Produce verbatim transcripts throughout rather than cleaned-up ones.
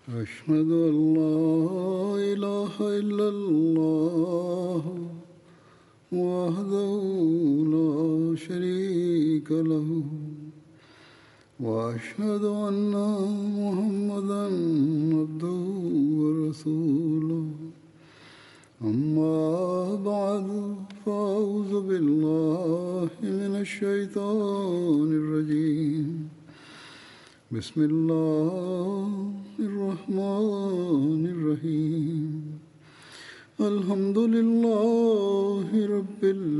أشهد أن لا إله إلا الله وحده لا شريك له وأشهد أن محمدا عبده ورسوله أما بعد فأعوذ بالله من الشيطان الرجيم بسم الله الرحمن الرحيم الحمد لله رب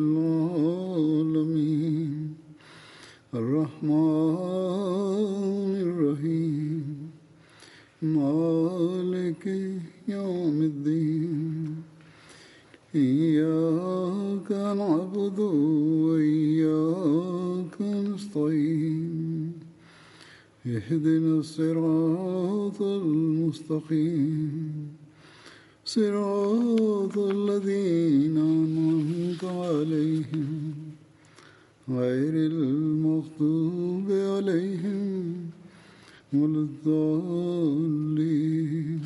العالمين الرحمن الرحيم مالك يوم الدين إياك نعبد وإياك نستعين اهدنا الصراط المستقيم صراط الذين أنعمت عليهم غير المغضوب عليهم ولا الضالين.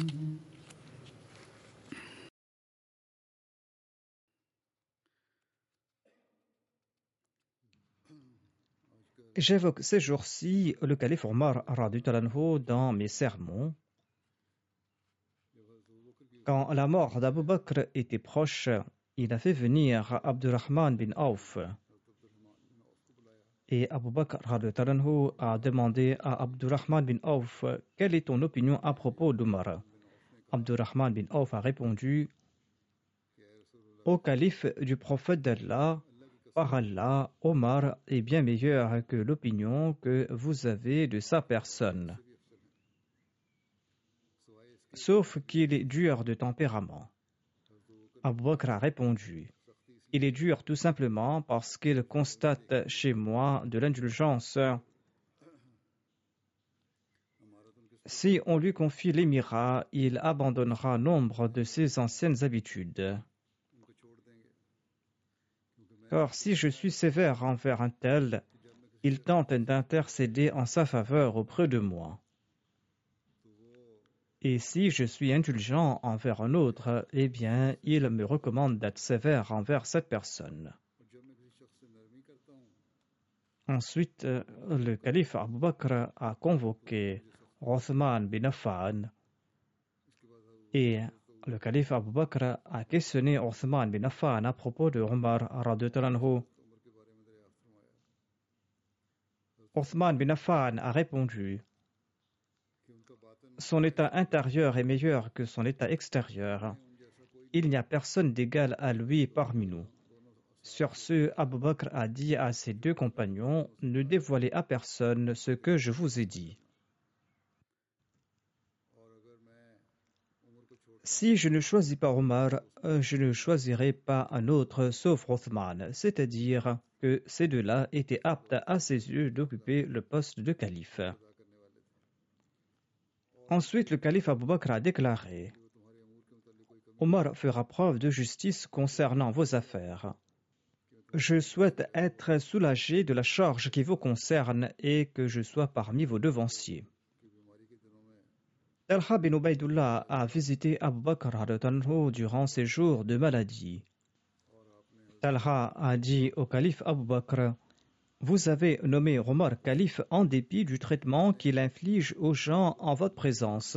J'évoque ces jours-ci le calife Omar radhiyallahu anhu dans mes sermons. Quand la mort d'Abu Bakr était proche, il a fait venir Abdurrahman bin Auf. Et Abu Bakr radhiyallahu anhu a demandé à Abdurrahman bin Auf quelle est ton opinion à propos d'Omar. Abdurrahman bin Auf a répondu: Ô calife du prophète d'Allah, par Allah, Omar est bien meilleur que l'opinion que vous avez de sa personne. Sauf qu'il est dur de tempérament. Abu Bakr a répondu: Il est dur tout simplement parce qu'il constate chez moi de l'indulgence. Si on lui confie l'émirat, il abandonnera nombre de ses anciennes habitudes. Car si je suis sévère envers un tel, il tente d'intercéder en sa faveur auprès de moi. Et si je suis indulgent envers un autre, eh bien, il me recommande d'être sévère envers cette personne. Ensuite, le calife Abu Bakr a convoqué Othman bin Affan et le calife Abu Bakr a questionné Othman bin Affan à propos de Omar radhiyallahu anhu. Othman bin Affan a répondu: Son état intérieur est meilleur que son état extérieur. Il n'y a personne d'égal à lui parmi nous. Sur ce, Abu Bakr a dit à ses deux compagnons: Ne dévoilez à personne ce que je vous ai dit. Si je ne choisis pas Omar, je ne choisirai pas un autre sauf Othman, c'est-à-dire que ces deux-là étaient aptes à ses yeux d'occuper le poste de calife. Ensuite, le calife Abu Bakr a déclaré: Omar fera preuve de justice concernant vos affaires. Je souhaite être soulagé de la charge qui vous concerne et que je sois parmi vos devanciers. Talha bin Ubaydullah a visité Abu Bakr durant ses jours de maladie. Talha a dit au calife Abu Bakr: Vous avez nommé Omar calife en dépit du traitement qu'il inflige aux gens en votre présence.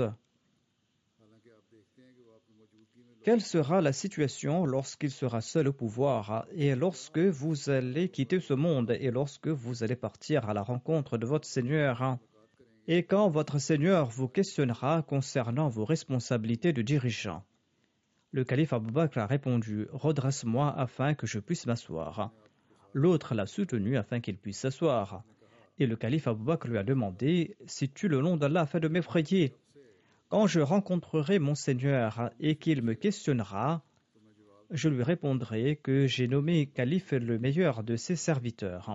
Quelle sera la situation lorsqu'il sera seul au pouvoir et lorsque vous allez quitter ce monde et lorsque vous allez partir à la rencontre de votre Seigneur et quand votre Seigneur vous questionnera concernant vos responsabilités de dirigeant? Le calife Abu Bakr a répondu: Redresse-moi afin que je puisse m'asseoir. L'autre l'a soutenu afin qu'il puisse s'asseoir. Et le calife Abu Bakr lui a demandé: Sais-tu le nom d'Allah afin de m'effrayer? Quand je rencontrerai mon Seigneur et qu'il me questionnera, je lui répondrai que j'ai nommé calife le meilleur de ses serviteurs.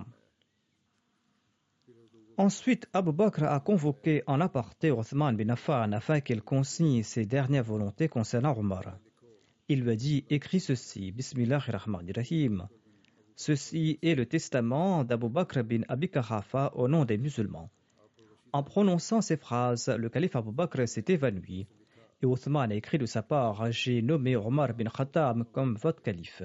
Ensuite, Abu Bakr a convoqué en aparté Othman bin Affan afin qu'il consigne ses dernières volontés concernant Omar. Il lui a dit: Écris ceci, Bismillahirrahmanirrahim. Ceci est le testament d'Abu Bakr bin Abi Quhafa au nom des musulmans. En prononçant ces phrases, le calife Abu Bakr s'est évanoui et Othman a écrit de sa part « J'ai nommé Omar bin Khattab comme votre calife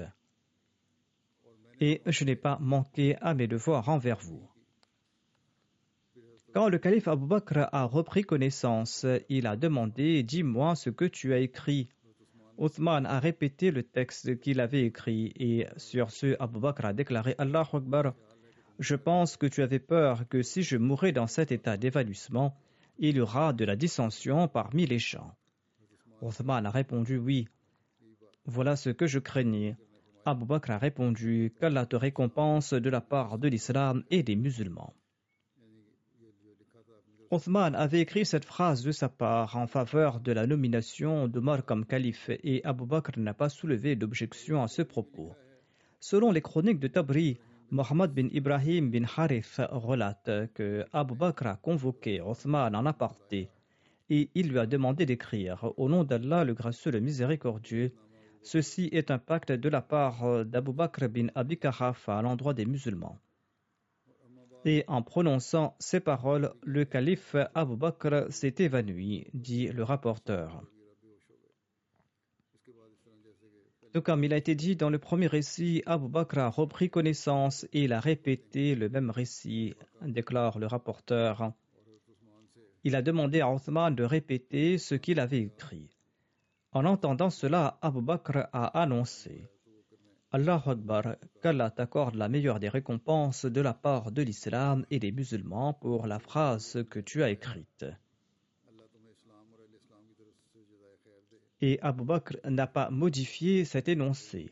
et je n'ai pas manqué à mes devoirs envers vous. » Quand le calife Abu Bakr a repris connaissance, il a demandé « Dis-moi ce que tu as écrit ». Othman a répété le texte qu'il avait écrit et sur ce, Abu Bakr a déclaré « Allahu Akbar ». Je pense que tu avais peur que si je mourais dans cet état d'évanouissement, il y aura de la dissension parmi les gens. Othman a répondu oui. Voilà ce que je craignais. Abu Bakr a répondu qu'Allah te récompense de la part de l'islam et des musulmans. Othman avait écrit cette phrase de sa part en faveur de la nomination d'Omar comme calife et Abu Bakr n'a pas soulevé d'objection à ce propos. Selon les chroniques de Tabri, Mohammed bin Ibrahim bin Harith relate que Abu Bakr a convoqué Othman en aparté et il lui a demandé d'écrire « Au nom d'Allah, le gracieux, le miséricordieux ». Ceci est un pacte de la part d'Abu Bakr bin Abi Quhafa à l'endroit des musulmans. Et en prononçant ces paroles, le calife Abu Bakr s'est évanoui, dit le rapporteur. Tout comme il a été dit dans le premier récit, Abu Bakr a repris connaissance et il a répété le même récit, déclare le rapporteur. Il a demandé à Othman de répéter ce qu'il avait écrit. En entendant cela, Abu Bakr a annoncé « Allahu Akbar, qu'Allah t'accorde la meilleure des récompenses de la part de l'islam et des musulmans pour la phrase que tu as écrite. » Et Abu Bakr n'a pas modifié cet énoncé.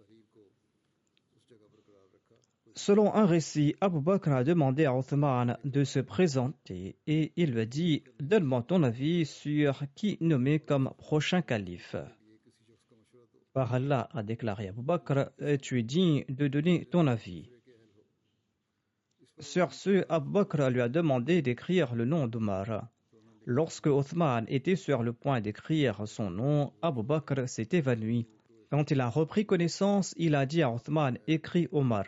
Selon un récit, Abu Bakr a demandé à Othman de se présenter et il lui a dit « Donne-moi ton avis sur qui nommer comme prochain calife. » Par Allah, a déclaré Abu Bakr, tu es digne de donner ton avis. Sur ce, Abu Bakr lui a demandé d'écrire le nom d'Omar. Lorsque Othman était sur le point d'écrire son nom, Abu Bakr s'est évanoui. Quand il a repris connaissance, il a dit à Othman, écris Omar.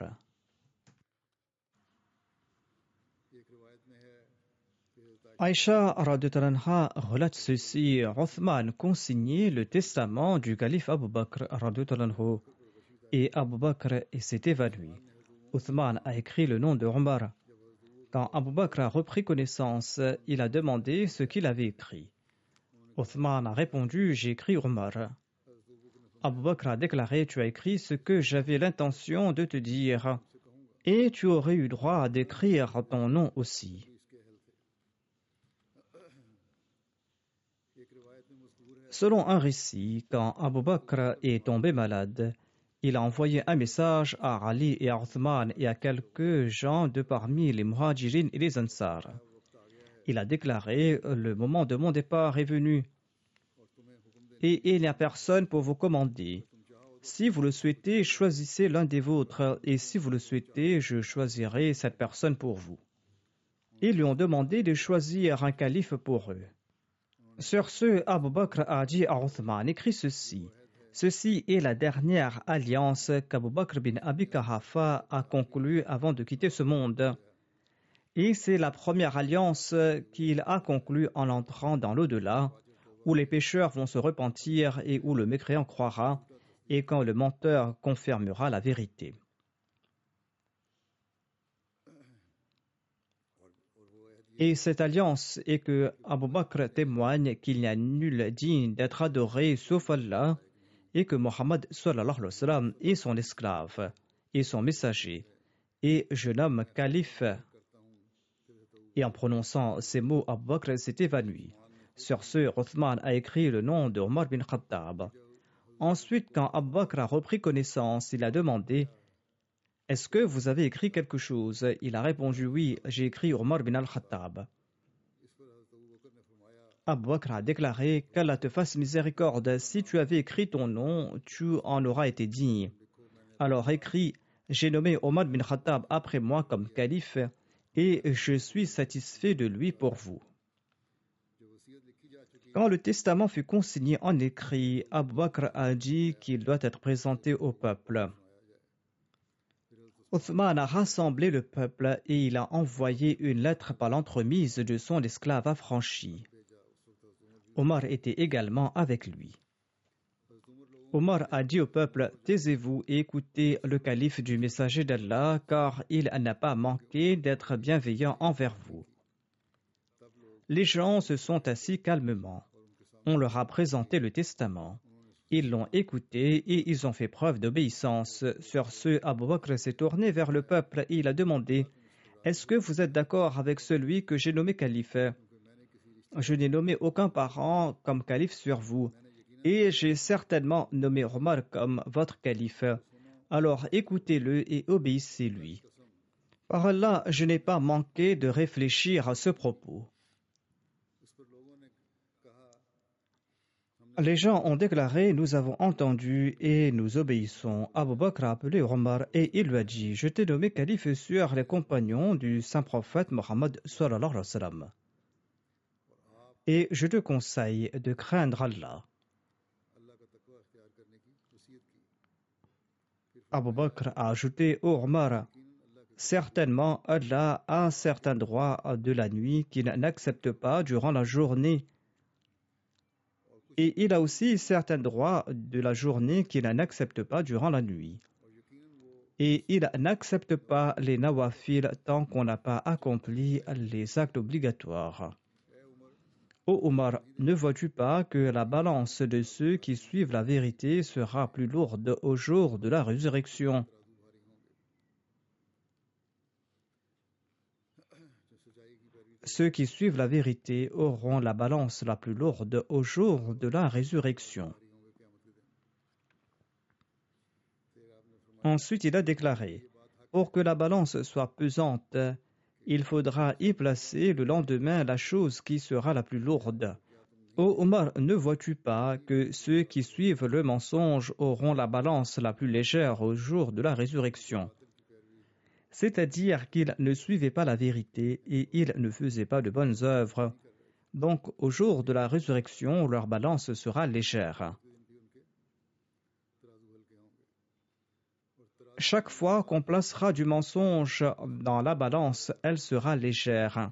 Aïcha radhiyallahu relate ceci, Othman consignait le testament du calife Abu Bakr radhiyallahu et Abu Bakr s'est évanoui. Othman a écrit le nom de Omar. Quand Abu Bakr a repris connaissance, il a demandé ce qu'il avait écrit. Othman a répondu, j'ai écrit Omar. Abu Bakr a déclaré, tu as écrit ce que j'avais l'intention de te dire et tu aurais eu droit d'écrire ton nom aussi. Selon un récit, quand Abu Bakr est tombé malade, il a envoyé un message à Ali et à Othman et à quelques gens de parmi les Muhajirin et les Ansar. Il a déclaré, le moment de mon départ est venu et il n'y a personne pour vous commander. Si vous le souhaitez, choisissez l'un des vôtres et si vous le souhaitez, je choisirai cette personne pour vous. Ils lui ont demandé de choisir un calife pour eux. Sur ce, Abu Bakr a dit à Othman, écris ceci. Ceci est la dernière alliance qu'Abu Bakr bin Abi Quhafa a conclue avant de quitter ce monde. Et c'est la première alliance qu'il a conclue en entrant dans l'au-delà, où les pécheurs vont se repentir et où le mécréant croira, et quand le menteur confirmera la vérité. Et cette alliance est que Abu Bakr témoigne qu'il n'y a nul digne d'être adoré sauf Allah et que Mohammed sallallahu alayhi wa sallam est son esclave et son messager et je nomme calife. Et en prononçant ces mots, Abu Bakr s'est évanoui. Sur ce, Othman a écrit le nom de Omar bin Khattab. Ensuite, quand Abu Bakr a repris connaissance, il a demandé « Est-ce que vous avez écrit quelque chose ?» Il a répondu « Oui, j'ai écrit Omar bin al-Khattab. » Abu Bakr a déclaré « Qu'Allah te fasse miséricorde, si tu avais écrit ton nom, tu en auras été digne. » Alors écrit « J'ai nommé Omar bin Khattab après moi comme calife et je suis satisfait de lui pour vous. » Quand le testament fut consigné en écrit, Abu Bakr a dit qu'il doit être présenté au peuple. Othman a rassemblé le peuple et il a envoyé une lettre par l'entremise de son esclave affranchi. Omar était également avec lui. Omar a dit au peuple, « Taisez-vous et écoutez le calife du messager d'Allah, car il n'a pas manqué d'être bienveillant envers vous. » Les gens se sont assis calmement. On leur a présenté le testament. Ils l'ont écouté et ils ont fait preuve d'obéissance. Sur ce, Abu Bakr s'est tourné vers le peuple et il a demandé, « Est-ce que vous êtes d'accord avec celui que j'ai nommé calife ? Je n'ai nommé aucun parent comme calife sur vous. Et j'ai certainement nommé Omar comme votre calife. Alors écoutez-le et obéissez-lui. Par Allah, je n'ai pas manqué de réfléchir à ce propos. » Les gens ont déclaré, nous avons entendu et nous obéissons. Abu Bakr a appelé Omar et il lui a dit, je t'ai nommé calife sur les compagnons du saint prophète Mohammed sallallahu alayhi wa sallam. Et je te conseille de craindre Allah. Abu Bakr a ajouté au Omar, certainement Allah a certains droits de la nuit qu'il n'accepte pas durant la journée. Et il a aussi certains droits de la journée qu'il n'accepte pas durant la nuit. Et il n'accepte pas les nawafil tant qu'on n'a pas accompli les actes obligatoires. Ô Omar, ne vois-tu pas que la balance de ceux qui suivent la vérité sera plus lourde au jour de la résurrection? Ceux qui suivent la vérité auront la balance la plus lourde au jour de la résurrection. Ensuite, il a déclaré, pour que la balance soit pesante, il faudra y placer le lendemain la chose qui sera la plus lourde. Ô Omar, ne vois-tu pas que ceux qui suivent le mensonge auront la balance la plus légère au jour de la résurrection? C'est-à-dire qu'ils ne suivaient pas la vérité et ils ne faisaient pas de bonnes œuvres. Donc, au jour de la résurrection, leur balance sera légère. Chaque fois qu'on placera du mensonge dans la balance, elle sera légère.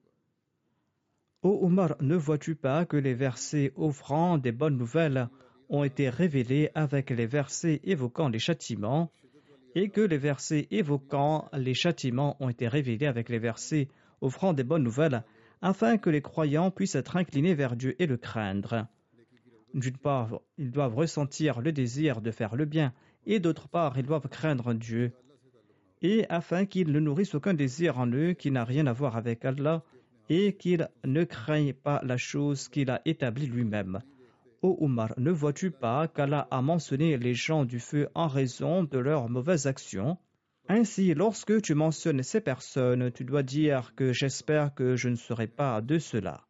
Ô Omar, ne vois-tu pas que les versets offrant des bonnes nouvelles ont été révélés avec les versets évoquant les châtiments, et que les versets évoquant les châtiments ont été révélés avec les versets offrant des bonnes nouvelles, afin que les croyants puissent être inclinés vers Dieu et le craindre. D'une part, ils doivent ressentir le désir de faire le bien, et d'autre part, ils doivent craindre Dieu, et afin qu'ils ne nourrissent aucun désir en eux qui n'a rien à voir avec Allah, et qu'ils ne craignent pas la chose qu'il a établie lui-même. Ô Omar, ne vois-tu pas qu'Allah a mentionné les gens du feu en raison de leurs mauvaises actions? Ainsi, lorsque tu mentionnes ces personnes, tu dois dire que j'espère que je ne serai pas de cela.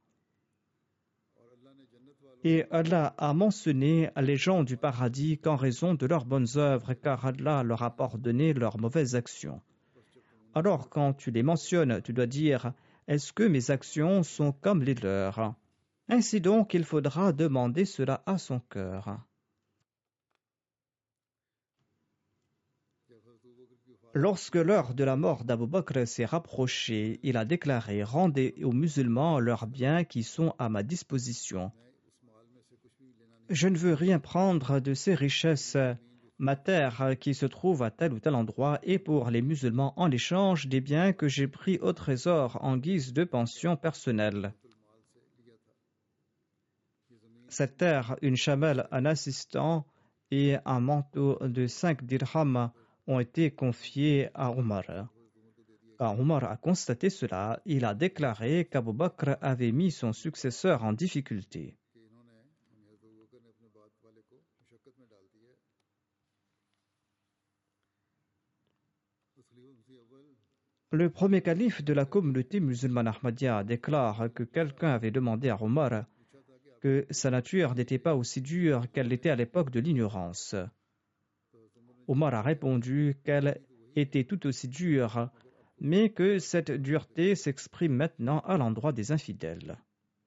Et Allah a mentionné les gens du paradis qu'en raison de leurs bonnes œuvres, car Allah leur a pardonné leurs mauvaises actions. Alors, quand tu les mentionnes, tu dois dire, est-ce que mes actions sont comme les leurs? Ainsi donc, il faudra demander cela à son cœur. Lorsque l'heure de la mort d'Abu Bakr s'est rapprochée, il a déclaré « Rendez aux musulmans leurs biens qui sont à ma disposition. Je ne veux rien prendre de ces richesses. Ma terre qui se trouve à tel ou tel endroit est pour les musulmans en échange des biens que j'ai pris au trésor en guise de pension personnelle. » Cette terre, une chamelle, un assistant et un manteau de cinq dirhams ont été confiés à Omar. Quand Omar a constaté cela, il a déclaré qu'Abu Bakr avait mis son successeur en difficulté. Le premier calife de la communauté musulmane Ahmadiyya déclare que quelqu'un avait demandé à Omar que sa nature n'était pas aussi dure qu'elle l'était à l'époque de l'ignorance. Omar a répondu qu'elle était tout aussi dure, mais que cette dureté s'exprime maintenant à l'endroit des infidèles.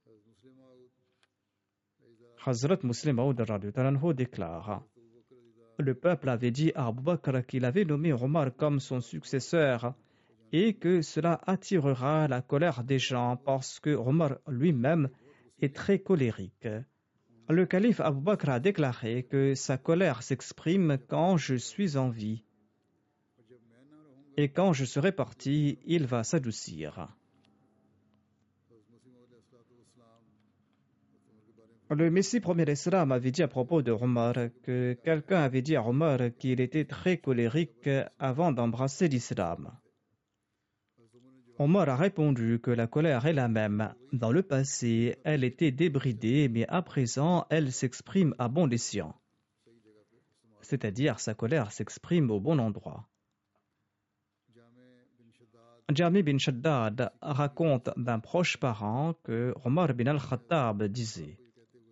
Hazrat Muslim Maud déclare: le peuple avait dit à Abu Bakr qu'il avait nommé Omar comme son successeur et que cela attirera la colère des gens parce que Omar lui-même est très colérique. Le calife Abu Bakr a déclaré que sa colère s'exprime quand je suis en vie et quand je serai parti, il va s'adoucir. Le Messie premier l'Islam avait dit à propos de Omar que quelqu'un avait dit à Omar qu'il était très colérique avant d'embrasser l'islam. Omar a répondu que la colère est la même. Dans le passé, elle était débridée, mais à présent, elle s'exprime à bon escient. C'est-à-dire, sa colère s'exprime au bon endroit. Jami bin Shaddad raconte d'un proche parent que Omar bin al-Khattab disait: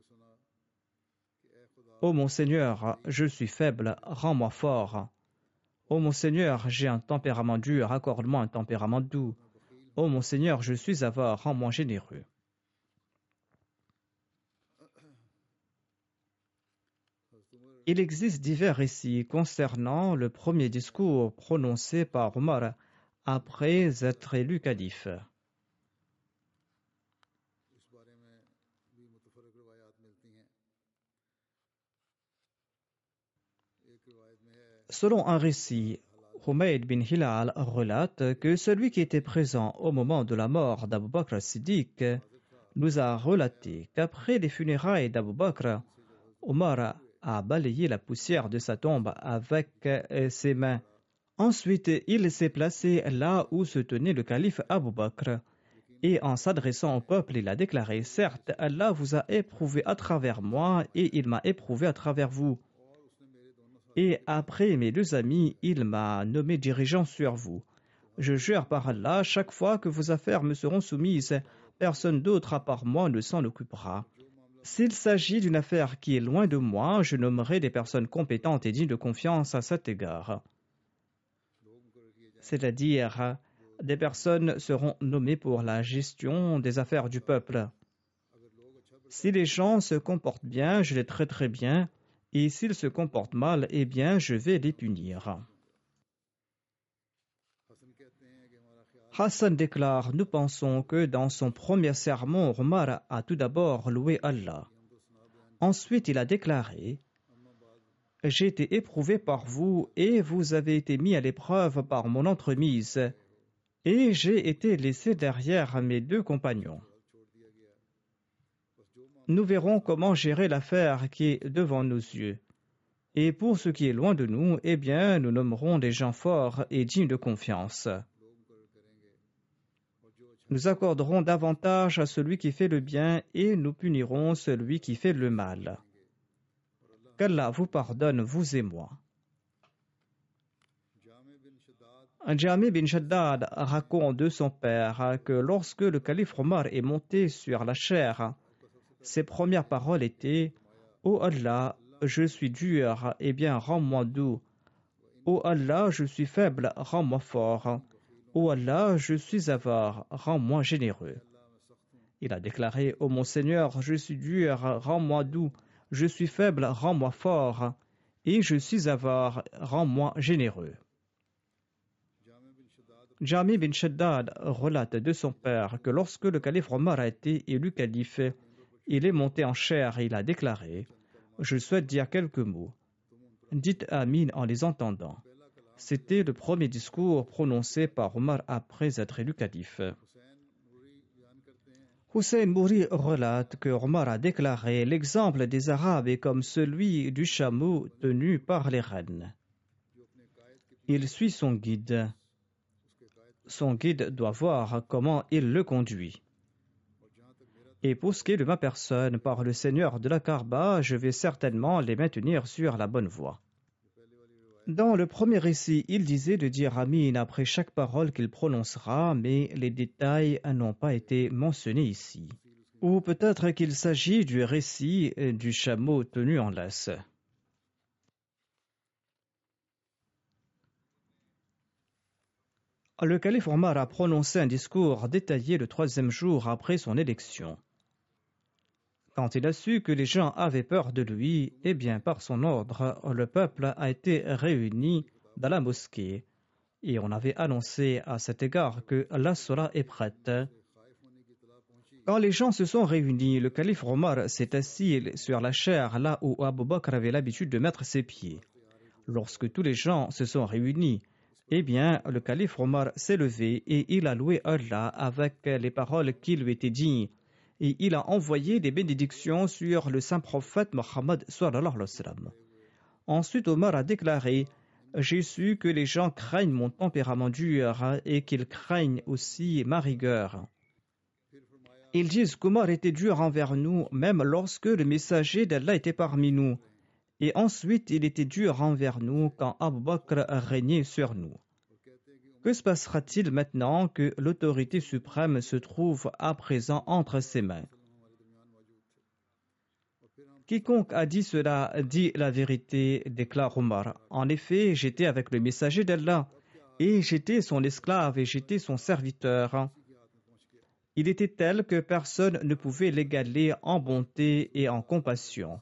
« Ô mon Seigneur, je suis faible, rends-moi fort. Ô mon Seigneur, j'ai un tempérament dur, accorde-moi un tempérament doux. Ô mon Seigneur, je suis avare, rends-moi généreux. » Il existe divers récits concernant le premier discours prononcé par Omar après être élu calife. Selon un récit, Humayd bin Hilal relate que celui qui était présent au moment de la mort d'Abu Bakr as-Siddiq nous a relaté qu'après les funérailles d'Abu Bakr, Omar a balayé la poussière de sa tombe avec ses mains. Ensuite, il s'est placé là où se tenait le calife Abu Bakr et en s'adressant au peuple, il a déclaré: « Certes, Allah vous a éprouvé à travers moi et il m'a éprouvé à travers vous. Et après mes deux amis, il m'a nommé dirigeant sur vous. Je jure par Allah, chaque fois que vos affaires me seront soumises, personne d'autre à part moi ne s'en occupera. S'il s'agit d'une affaire qui est loin de moi, je nommerai des personnes compétentes et dignes de confiance à cet égard. » C'est-à-dire, des personnes seront nommées pour la gestion des affaires du peuple. Si les gens se comportent bien, je les traiterai bien, et s'ils se comportent mal, eh bien, je vais les punir. Hassan déclare: « Nous pensons que dans son premier sermon, Omar a tout d'abord loué Allah. Ensuite, il a déclaré: « J'ai été éprouvé par vous et vous avez été mis à l'épreuve par mon entremise, et j'ai été laissé derrière mes deux compagnons. Nous verrons comment gérer l'affaire qui est devant nos yeux. Et pour ce qui est loin de nous, eh bien, nous nommerons des gens forts et dignes de confiance. Nous accorderons davantage à celui qui fait le bien et nous punirons celui qui fait le mal. Qu'Allah vous pardonne, vous et moi. » Jami bin Shaddad raconte de son père que lorsque le calife Omar est monté sur la chair, ses premières paroles étaient: « Ô Allah, je suis dur, eh bien rends-moi doux. Ô Allah, je suis faible, rends-moi fort. Ô Allah, je suis avare, rends-moi généreux. » Il a déclaré: « Ô mon Seigneur, je suis dur, rends-moi doux. Je suis faible, rends-moi fort. Et je suis avare, rends-moi généreux. » Jami bin Shaddad relate de son père que lorsque le calife Omar a été élu calife, il est monté en chair et il a déclaré: « Je souhaite dire quelques mots. Dites Amin en les entendant. » C'était le premier discours prononcé par Omar après être élu calife. Hussein Mouri relate que Omar a déclaré: « L'exemple des Arabes est comme celui du chameau tenu par les rênes. Il suit son guide. Son guide doit voir comment il le conduit. Et pour ce qui est de ma personne, par le Seigneur de la Kaaba, je vais certainement les maintenir sur la bonne voie. » Dans le premier récit, il disait de dire Amin après chaque parole qu'il prononcera, mais les détails n'ont pas été mentionnés ici. Ou peut-être qu'il s'agit du récit du chameau tenu en laisse. Le calife Omar a prononcé un discours détaillé le troisième jour après son élection. Quand il a su que les gens avaient peur de lui, eh bien, par son ordre, le peuple a été réuni dans la mosquée et on avait annoncé à cet égard que la Salah est prête. Quand les gens se sont réunis, le calife Omar s'est assis sur la chaire là où Abu Bakr avait l'habitude de mettre ses pieds. Lorsque tous les gens se sont réunis, eh bien, le calife Omar s'est levé et il a loué Allah avec les paroles qui lui étaient dignes. Et il a envoyé des bénédictions sur le saint prophète Mohammed sallallahu alayhi wa sallam. Ensuite, Omar a déclaré « J'ai su que les gens craignent mon tempérament dur et qu'ils craignent aussi ma rigueur. » Ils disent qu'Omar était dur envers nous même lorsque le messager d'Allah était parmi nous. Et ensuite, il était dur envers nous quand Abu Bakr régnait sur nous. Que se passera-t-il maintenant que l'autorité suprême se trouve à présent entre ses mains? Quiconque a dit cela dit la vérité, déclare Omar. En effet, j'étais avec le messager d'Allah et j'étais son esclave et j'étais son serviteur. Il était tel que personne ne pouvait l'égaler en bonté et en compassion.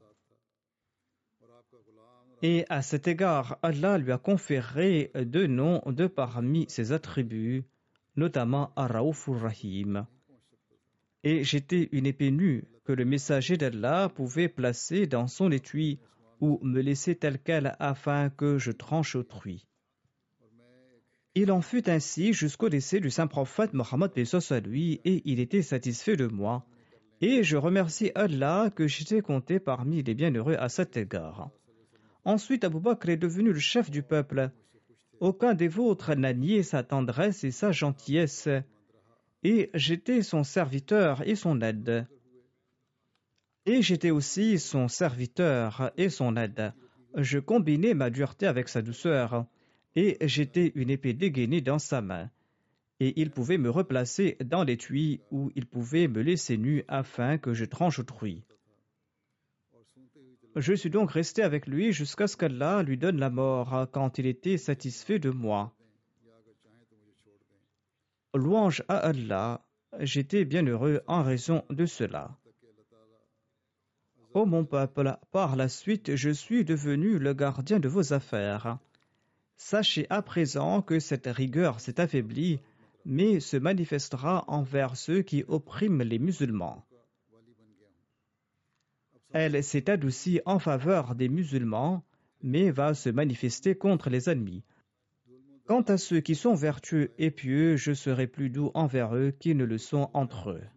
Et à cet égard, Allah lui a conféré deux noms de parmi ses attributs, notamment Ar-Raoufur Rahim. Et j'étais une épée nue que le messager d'Allah pouvait placer dans son étui ou me laisser telle quelle afin que je tranche autrui. Il en fut ainsi jusqu'au décès du saint prophète Mohammed paix soit lui, et il était satisfait de moi. Et je remercie Allah que j'étais compté parmi les bienheureux à cet égard. Ensuite, Abu Bakr est devenu le chef du peuple. Aucun des vôtres n'a nié sa tendresse et sa gentillesse, et j'étais son serviteur et son aide. Et j'étais aussi son serviteur et son aide. Je combinais ma dureté avec sa douceur, et j'étais une épée dégainée dans sa main. Et il pouvait me replacer dans l'étui où il pouvait me laisser nu afin que je tranche autrui. Je suis donc resté avec lui jusqu'à ce qu'Allah lui donne la mort quand il était satisfait de moi. Louange à Allah, j'étais bien heureux en raison de cela. Ô mon peuple, par la suite, je suis devenu le gardien de vos affaires. Sachez à présent que cette rigueur s'est affaiblie, mais se manifestera envers ceux qui oppriment les musulmans. Elle s'est adoucie en faveur des musulmans, mais va se manifester contre les ennemis. Quant à ceux qui sont vertueux et pieux, je serai plus doux envers eux qu'ils ne le sont entre eux.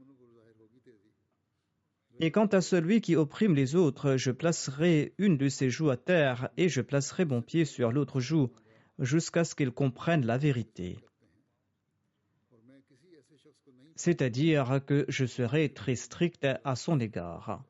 Et quant à celui qui opprime les autres, je placerai une de ses joues à terre et je placerai mon pied sur l'autre joue, jusqu'à ce qu'il comprenne la vérité. C'est-à-dire que je serai très strict à son égard.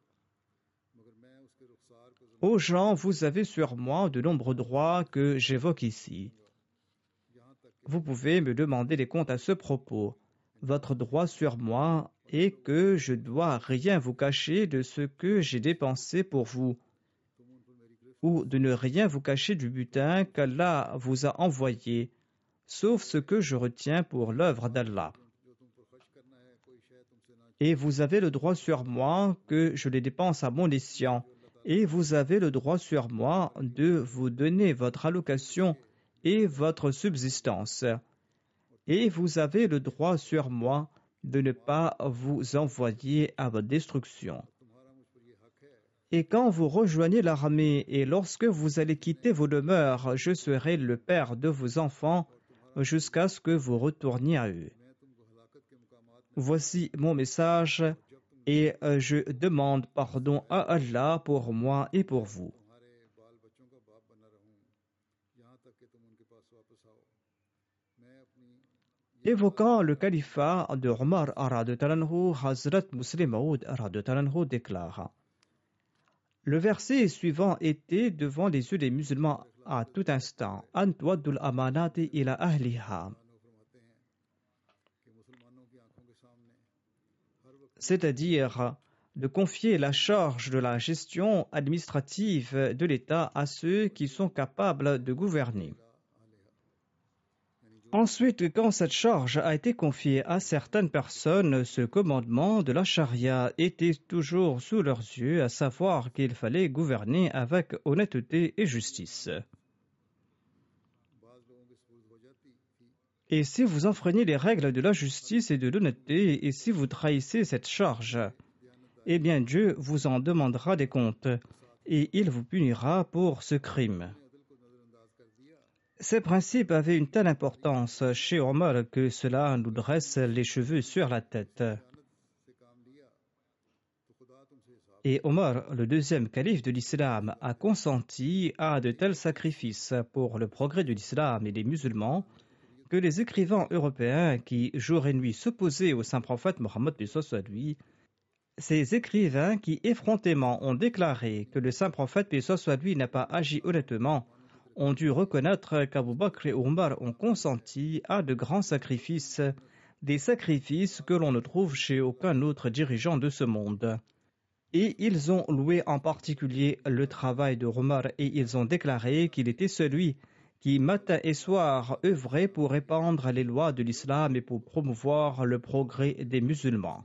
Ô gens, vous avez sur moi de nombreux droits que j'évoque ici. Vous pouvez me demander des comptes à ce propos. Votre droit sur moi est que je ne dois rien vous cacher de ce que j'ai dépensé pour vous, ou de ne rien vous cacher du butin qu'Allah vous a envoyé, sauf ce que je retiens pour l'œuvre d'Allah. Et vous avez le droit sur moi que je les dépense à bon escient, et vous avez le droit sur moi de vous donner votre allocation et votre subsistance. Et vous avez le droit sur moi de ne pas vous envoyer à votre destruction. Et quand vous rejoignez l'armée et lorsque vous allez quitter vos demeures, je serai le père de vos enfants jusqu'à ce que vous retourniez à eux. Voici mon message et je demande pardon à Allah pour moi et pour vous. Évoquant le califat de Omar radhiyallahu anhu, Hazrat Muslim Maud radhiyallahu anhu déclare: le verset suivant était devant les yeux des musulmans à tout instant. Ant waddul amanati ila ahliha. C'est-à-dire de confier la charge de la gestion administrative de l'État à ceux qui sont capables de gouverner. Ensuite, quand cette charge a été confiée à certaines personnes, ce commandement de la charia était toujours sous leurs yeux, à savoir qu'il fallait gouverner avec honnêteté et justice. Et si vous enfreignez les règles de la justice et de l'honnêteté, et si vous trahissez cette charge, eh bien Dieu vous en demandera des comptes, et il vous punira pour ce crime. Ces principes avaient une telle importance chez Omar que cela nous dresse les cheveux sur la tête. Et Omar, le deuxième calife de l'islam, a consenti à de tels sacrifices pour le progrès de l'islam et des musulmans que les écrivains européens qui jour et nuit s'opposaient au saint prophète Mohammed à lui, ces écrivains qui effrontément ont déclaré que le saint prophète à lui n'a pas agi honnêtement, ont dû reconnaître qu'Abu Bakr et Omar ont consenti à de grands sacrifices, des sacrifices que l'on ne trouve chez aucun autre dirigeant de ce monde. Et ils ont loué en particulier le travail de Omar et ils ont déclaré qu'il était celui qui matin et soir œuvrait pour répandre les lois de l'islam et pour promouvoir le progrès des musulmans.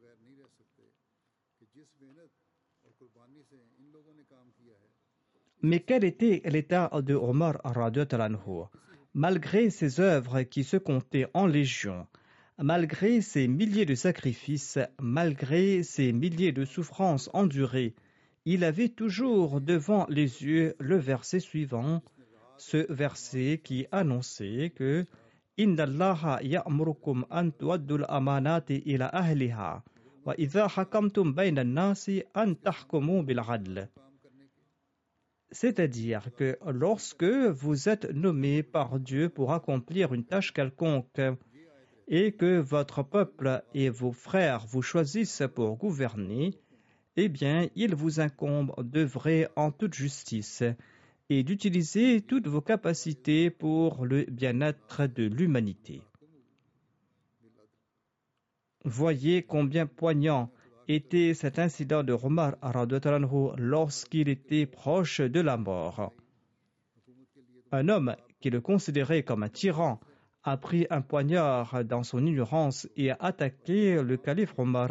Mais quel était l'état de Omar radhiyallahu anhu? Malgré ses œuvres qui se comptaient en légions, malgré ses milliers de sacrifices, malgré ses milliers de souffrances endurées, il avait toujours devant les yeux le verset suivant, ce verset qui annonçait que Inna Allaha ya'murukum an tu'addul amanati ila ahliha wa idha hakamtum bayna an-nasi an tahkumu bil 'adl. C'est-à-dire que lorsque vous êtes nommé par Dieu pour accomplir une tâche quelconque et que votre peuple et vos frères vous choisissent pour gouverner, eh bien, il vous incombe d'œuvrer en toute justice et d'utiliser toutes vos capacités pour le bien-être de l'humanité. Voyez combien poignant était cet incident de Omar lorsqu'il était proche de la mort. Un homme qui le considérait comme un tyran a pris un poignard dans son ignorance et a attaqué le calife Omar.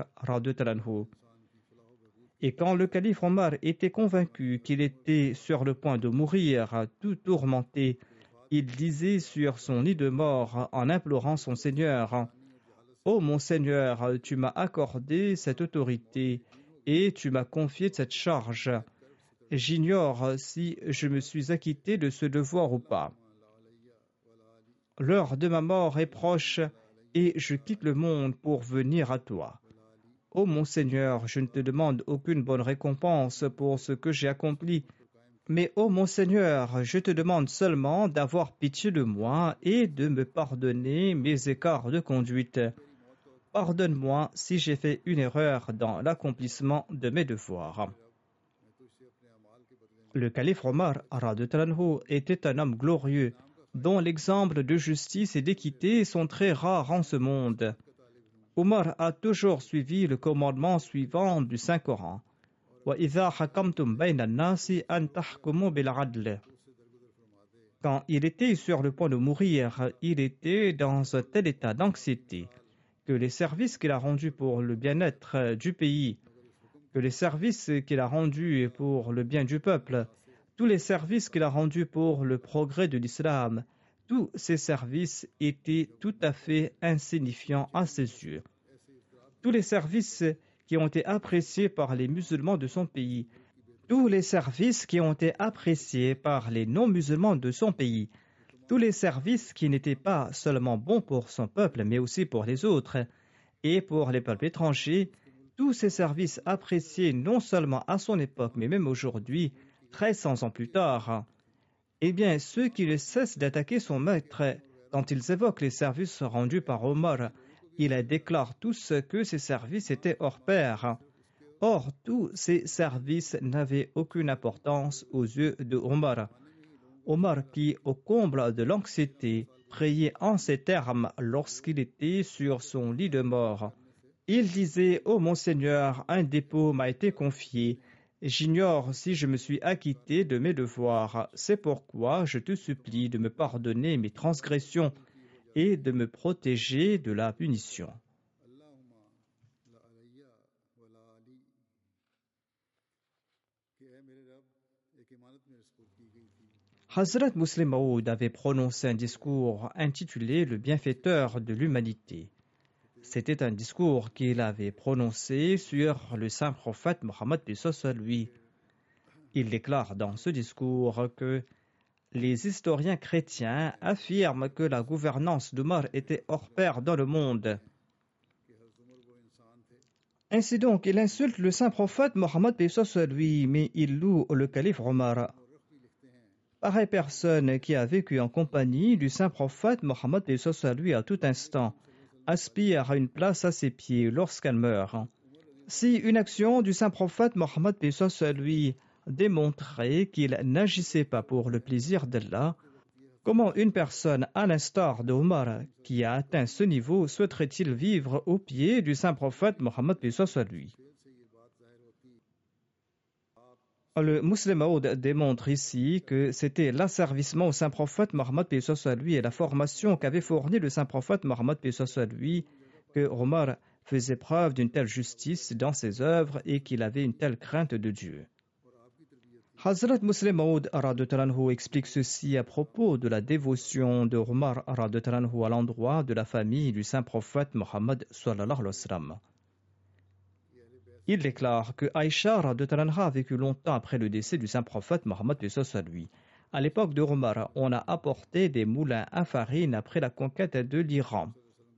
Et quand le calife Omar était convaincu qu'il était sur le point de mourir, tout tourmenté, il disait sur son lit de mort en implorant son Seigneur: « Ô mon Seigneur, tu m'as accordé cette autorité et tu m'as confié cette charge. J'ignore si je me suis acquitté de ce devoir ou pas. L'heure de ma mort est proche et je quitte le monde pour venir à toi. Ô mon Seigneur, je ne te demande aucune bonne récompense pour ce que j'ai accompli. Mais ô mon Seigneur, je te demande seulement d'avoir pitié de moi et de me pardonner mes écarts de conduite. Pardonne-moi si j'ai fait une erreur dans l'accomplissement de mes devoirs. » Le calife Omar était un homme glorieux, dont l'exemple de justice et d'équité sont très rares en ce monde. Omar a toujours suivi le commandement suivant du Saint-Coran. Quand il était sur le point de mourir, il était dans un tel état d'anxiété que les services qu'il a rendus pour le bien-être du pays, que les services qu'il a rendus pour le bien du peuple, tous les services qu'il a rendus pour le progrès de l'islam, tous ces services étaient tout à fait insignifiants à ses yeux. Tous les services qui ont été appréciés par les musulmans de son pays, tous les services qui ont été appréciés par les non-musulmans de son pays, tous les services qui n'étaient pas seulement bons pour son peuple, mais aussi pour les autres, et pour les peuples étrangers, tous ces services appréciés non seulement à son époque, mais même aujourd'hui, treize cents ans plus tard, eh bien, ceux qui ne cessent d'attaquer son maître, quand ils évoquent les services rendus par Omar, ils déclarent tous que ces services étaient hors pair. Or, tous ces services n'avaient aucune importance aux yeux de Omar. Omar qui, au comble de l'anxiété, priait en ces termes lorsqu'il était sur son lit de mort. Il disait: « Ô mon Seigneur, un dépôt m'a été confié. J'ignore si je me suis acquitté de mes devoirs. C'est pourquoi je te supplie de me pardonner mes transgressions et de me protéger de la punition. Hazrat Muslim Maud avait prononcé un discours intitulé « Le bienfaiteur de l'humanité ». C'était un discours qu'il avait prononcé sur le saint prophète Mohammed à lui. Il déclare dans ce discours que les historiens chrétiens affirment que la gouvernance d'Omar était hors pair dans le monde. Ainsi donc, il insulte le saint prophète Mohammed à lui, mais il loue le calife Omar. Pareille personne qui a vécu en compagnie du saint prophète Mohammed à lui à tout instant aspire à une place à ses pieds lorsqu'elle meurt. Si une action du saint prophète Mohammed à lui démontrait qu'il n'agissait pas pour le plaisir d'Allah, comment une personne à l'instar d'Omar qui a atteint ce niveau souhaiterait-il vivre aux pieds du saint prophète Mohammed à lui? Le Muslim Maud démontre ici que c'était l'asservissement au saint prophète Mohammed à lui et la formation qu'avait fournie le saint prophète Mohammed à lui que Omar faisait preuve d'une telle justice dans ses œuvres et qu'il avait une telle crainte de Dieu. Hazrat Muslim Maud explique ceci à propos de la dévotion de Omar à l'endroit de la famille du saint prophète Mohammed sallallahu alayhi wa sallam. Il déclare que Aïcha a vécu longtemps après le décès du saint prophète Mohammed à lui. À l'époque de Omar, on a apporté des moulins à farine après la conquête de l'Iran.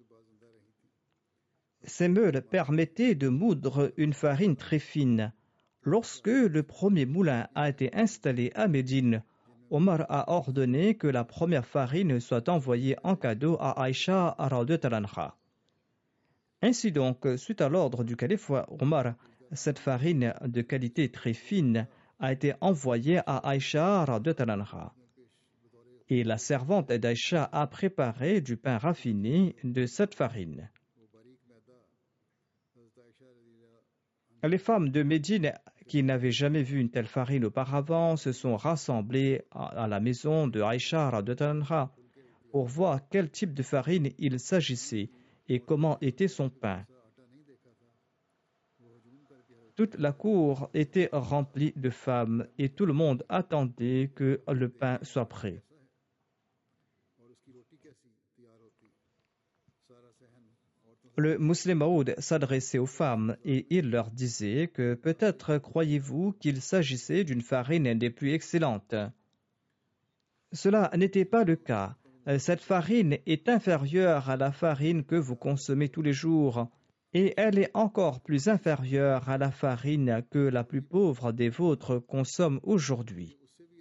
Ces meules permettaient de moudre une farine très fine. Lorsque le premier moulin a été installé à Médine, Omar a ordonné que la première farine soit envoyée en cadeau à Aïcha radhiyallahu anha. Ainsi donc, suite à l'ordre du calife Omar, cette farine de qualité très fine a été envoyée à Aïcha radhiyallahu anha. Et la servante d'Aïcha a préparé du pain raffiné de cette farine. Les femmes de Médine qui n'avaient jamais vu une telle farine auparavant se sont rassemblées à la maison de Aïcha radhiyallahu anha pour voir quel type de farine il s'agissait et comment était son pain. Toute la cour était remplie de femmes et tout le monde attendait que le pain soit prêt. Le Muslim Maud s'adressait aux femmes et il leur disait que peut-être croyez-vous qu'il s'agissait d'une farine des plus excellentes. Cela n'était pas le cas. Cette farine est inférieure à la farine que vous consommez tous les jours et elle est encore plus inférieure à la farine que la plus pauvre des vôtres consomme aujourd'hui.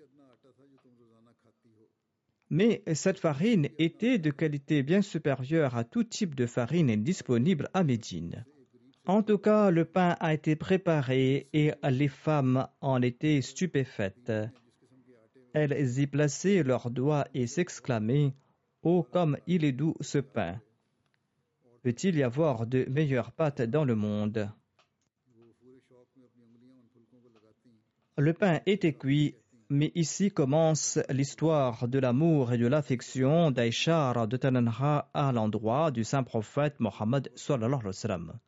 Mais cette farine était de qualité bien supérieure à tout type de farine disponible à Médine. En tout cas, le pain a été préparé et les femmes en étaient stupéfaites. Elles y plaçaient leurs doigts et s'exclamaient « Oh, comme il est doux ce pain ! Peut-il y avoir de meilleures pâtes dans le monde ?» Le pain était cuit, mais ici commence l'histoire de l'amour et de l'affection d'Aïcha radhiyallahu anha à l'endroit du saint prophète Mohammed sallallahu alayhi wa sallam.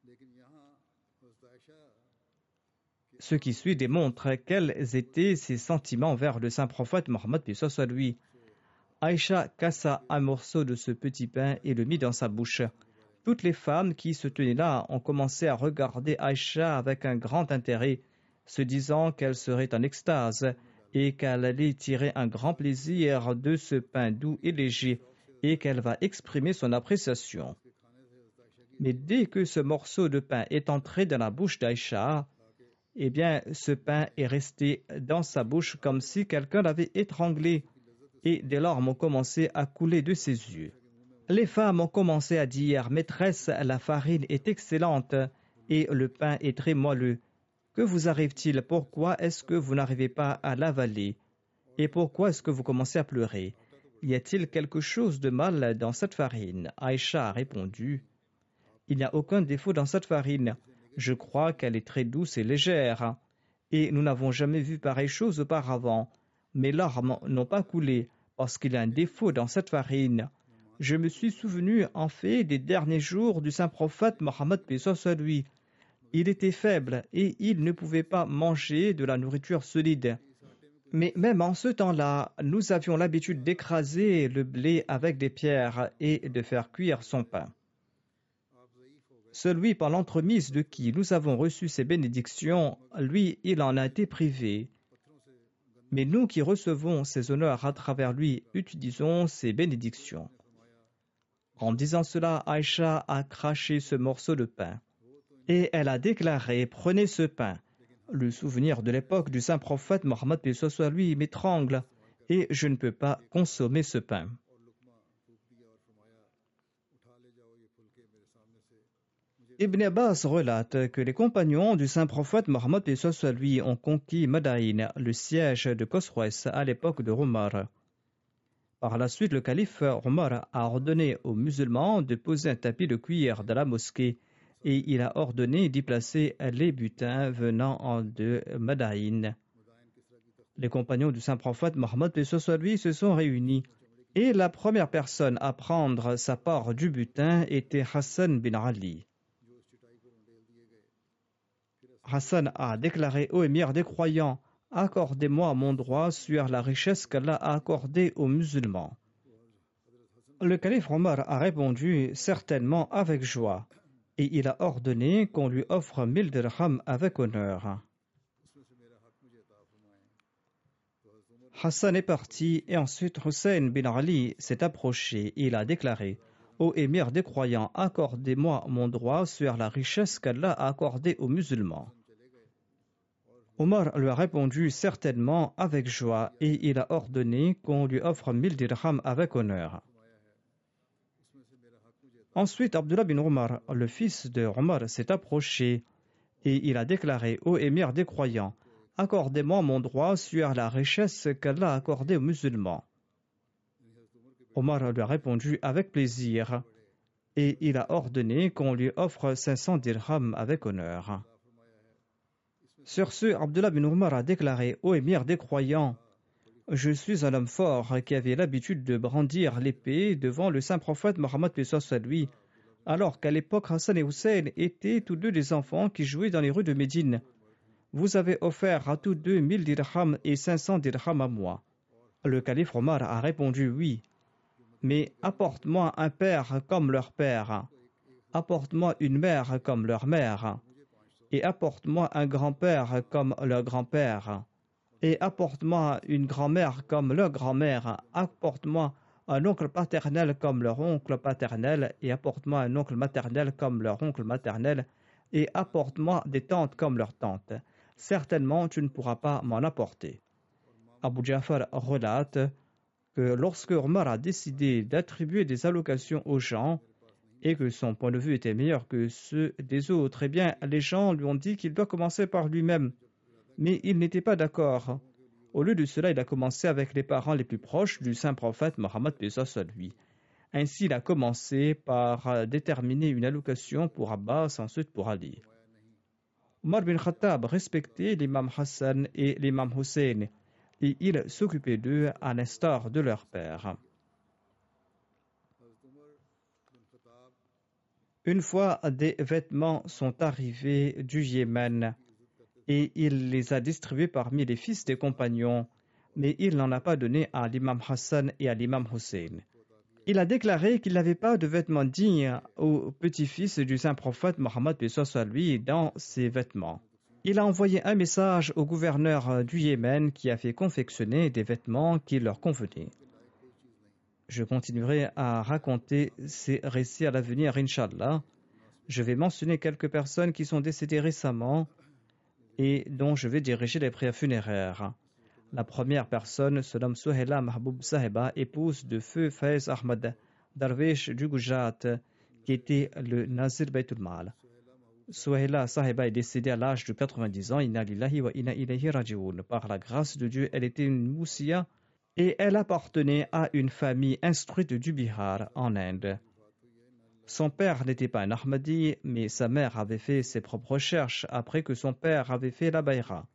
Ce qui suit démontre quels étaient ses sentiments vers le saint prophète Mohammed sallallahu alayhi wa sallam. Aïcha cassa un morceau de ce petit pain et le mit dans sa bouche. Toutes les femmes qui se tenaient là ont commencé à regarder Aïcha avec un grand intérêt, se disant qu'elle serait en extase et qu'elle allait tirer un grand plaisir de ce pain doux et léger et qu'elle va exprimer son appréciation. Mais dès que ce morceau de pain est entré dans la bouche d'Aïcha, eh bien, ce pain est resté dans sa bouche comme si quelqu'un l'avait étranglé et des larmes ont commencé à couler de ses yeux. Les femmes ont commencé à dire « Maîtresse, la farine est excellente et le pain est très moelleux. Que vous arrive-t-il? Pourquoi est-ce que vous n'arrivez pas à l'avaler? Et pourquoi est-ce que vous commencez à pleurer? Y a-t-il quelque chose de mal dans cette farine ?» Aïcha a répondu « Il n'y a aucun défaut dans cette farine. Je crois qu'elle est très douce et légère. Et nous n'avons jamais vu pareille chose auparavant. Mes larmes n'ont pas coulé parce qu'il y a un défaut dans cette farine. Je me suis souvenu en fait des derniers jours du saint prophète Mohammed paix soit lui. Il était faible et il ne pouvait pas manger de la nourriture solide. Mais même en ce temps-là, nous avions l'habitude d'écraser le blé avec des pierres et de faire cuire son pain. Celui par l'entremise de qui nous avons reçu ces bénédictions, lui, il en a été privé. Mais nous qui recevons ces honneurs à travers lui, utilisons ces bénédictions. En disant cela, Aïcha a craché ce morceau de pain. Et elle a déclaré, prenez ce pain. Le souvenir de l'époque du saint prophète Mohammed paix soit lui m'étrangle et je ne peux pas consommer ce pain. Ibn Abbas relate que les compagnons du saint prophète Mohammed paix soit lui ont conquis Madaïn, le siège de Khosroès à l'époque de Omar. Par la suite, le calife Omar a ordonné aux musulmans de poser un tapis de cuir dans la mosquée et il a ordonné d'y placer les butins venant de Madaïn. Les compagnons du saint prophète Mohammed paix soit lui se sont réunis et la première personne à prendre sa part du butin était Hassan bin Ali. Hassan a déclaré au émir des croyants, « Accordez-moi mon droit sur la richesse qu'Allah a accordée aux musulmans. » Le calife Omar a répondu, « Certainement avec joie. » Et il a ordonné qu'on lui offre mille dirhams avec honneur. Hassan est parti et ensuite Hussein bin Ali s'est approché et il a déclaré « Ô émir des croyants, accordez-moi mon droit sur la richesse qu'Allah a accordée aux musulmans. » Omar lui a répondu « Certainement avec joie » et il a ordonné qu'on lui offre mille dirhams avec honneur. Ensuite, Abdullah bin Omar, le fils de Omar, s'est approché et il a déclaré « Ô émir des croyants, accordez-moi mon droit sur la richesse qu'Allah a accordée aux musulmans. » Omar lui a répondu « Avec plaisir » et il a ordonné qu'on lui offre cinq cents dirhams avec honneur. Sur ce, Abdullah bin Omar a déclaré « Ô émir des croyants, je suis un homme fort qui avait l'habitude de brandir l'épée devant le saint prophète Mohammed paix soit lui, alors qu'à l'époque Hassan et Hussein étaient tous deux des enfants qui jouaient dans les rues de Médine. Vous avez offert à tous deux mille dirhams et cinq cents dirhams à moi. » Le calife Omar a répondu « Oui, mais apporte-moi un père comme leur père, apporte-moi une mère comme leur mère, et apporte-moi un grand-père comme leur grand-père. Et apporte-moi une grand-mère comme leur grand-mère, apporte-moi un oncle paternel comme leur oncle paternel, et apporte-moi un oncle maternel comme leur oncle maternel, et apporte-moi des tantes comme leurs tantes. Certainement, tu ne pourras pas m'en apporter. » Abu Ja'far relate que lorsque Omar a décidé d'attribuer des allocations aux gens, et que son point de vue était meilleur que ceux des autres, eh bien, les gens lui ont dit qu'il doit commencer par lui-même. Mais il n'était pas d'accord. Au lieu de cela, il a commencé avec les parents les plus proches du saint prophète Mohammed paix soit lui. Ainsi, il a commencé par déterminer une allocation pour Abbas, ensuite pour Ali. Omar bin Khattab respectait l'imam Hassan et l'imam Hussein, et il s'occupait d'eux à l'instar de leur père. Une fois, des vêtements sont arrivés du Yémen et il les a distribués parmi les fils des compagnons, mais il n'en a pas donné à l'imam Hassan et à l'imam Hussein. Il a déclaré qu'il n'avait pas de vêtements dignes au petit-fils du saint prophète Mohammed paix soit lui dans ses vêtements. Il a envoyé un message au gouverneur du Yémen qui a fait confectionner des vêtements qui leur convenaient. Je continuerai à raconter ces récits à l'avenir, Inch'Allah. Je vais mentionner quelques personnes qui sont décédées récemment et dont je vais diriger les prières funéraires. La première personne se nomme Souhaila Mahboub Sahiba, épouse de feu Faiz Ahmad, Darwish du Gujarat, qui était le Nazir Baytul Mal. Souhaila Sahiba est décédée à l'âge de quatre-vingt-dix ans. Inna lillahi wa inna ilayhi raji'un. Par la grâce de Dieu, elle était une moussia et elle appartenait à une famille instruite du Bihar, en Inde. Son père n'était pas un Ahmadi, mais sa mère avait fait ses propres recherches après que son père avait fait la Bayra.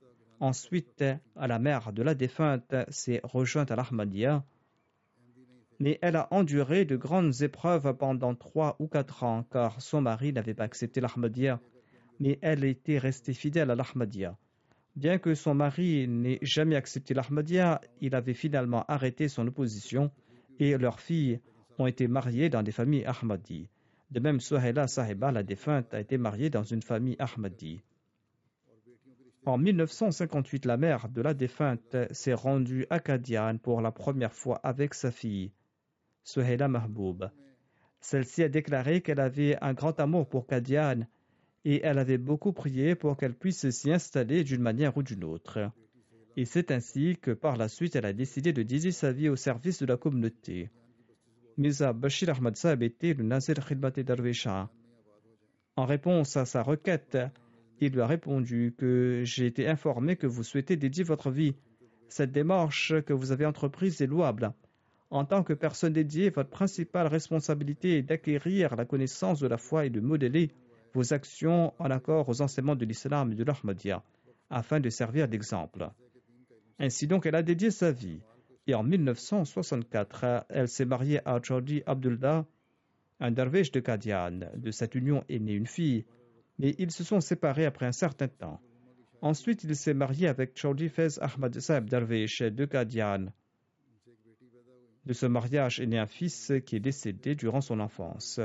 Ensuite, la mère de la défunte s'est rejointe à l'Ahmadiyya Mais elle a enduré de grandes épreuves pendant trois ou quatre ans, car son mari n'avait pas accepté l'Ahmadiyya, mais elle était restée fidèle à l'Ahmadiyya. Bien que son mari n'ait jamais accepté l'Ahmadiyya, il avait finalement arrêté son opposition et leurs filles ont été mariées dans des familles Ahmadi. De même, Sohaila Sahiba, la défunte, a été mariée dans une famille Ahmadi. En mille neuf cent cinquante-huit, la mère de la défunte s'est rendue à Qadian pour la première fois avec sa fille, Sohaila Mahboub. Celle-ci a déclaré qu'elle avait un grand amour pour Qadian et elle avait beaucoup prié pour qu'elle puisse s'y installer d'une manière ou d'une autre. Et c'est ainsi que par la suite, elle a décidé de dédier sa vie au service de la communauté. Mirza Bashir Ahmad Sahib était le Nazir Khidmat-e Darwisha. En réponse à sa requête, il lui a répondu que j'ai été informé que vous souhaitez dédier votre vie. Cette démarche que vous avez entreprise est louable. En tant que personne dédiée, votre principale responsabilité est d'acquérir la connaissance de la foi et de modeler vos actions en accord aux enseignements de l'islam et de l'Ahmadiyya, afin de servir d'exemple. Ainsi donc, elle a dédié sa vie. Et en mille neuf cent soixante-quatre, elle s'est mariée à Chaudhry Abdullah, un derviche de Qadian. De cette union est née une fille, mais ils se sont séparés après un certain temps. Ensuite, il s'est marié avec Chaudhry Faiz Ahmad Sahib Darwish de Qadian. De ce mariage est né un fils qui est décédé durant son enfance.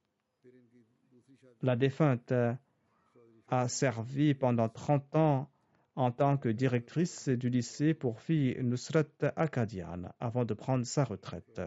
La défunte a servi pendant trente ans en tant que directrice du lycée pour filles Nusrat à Qadian avant de prendre sa retraite.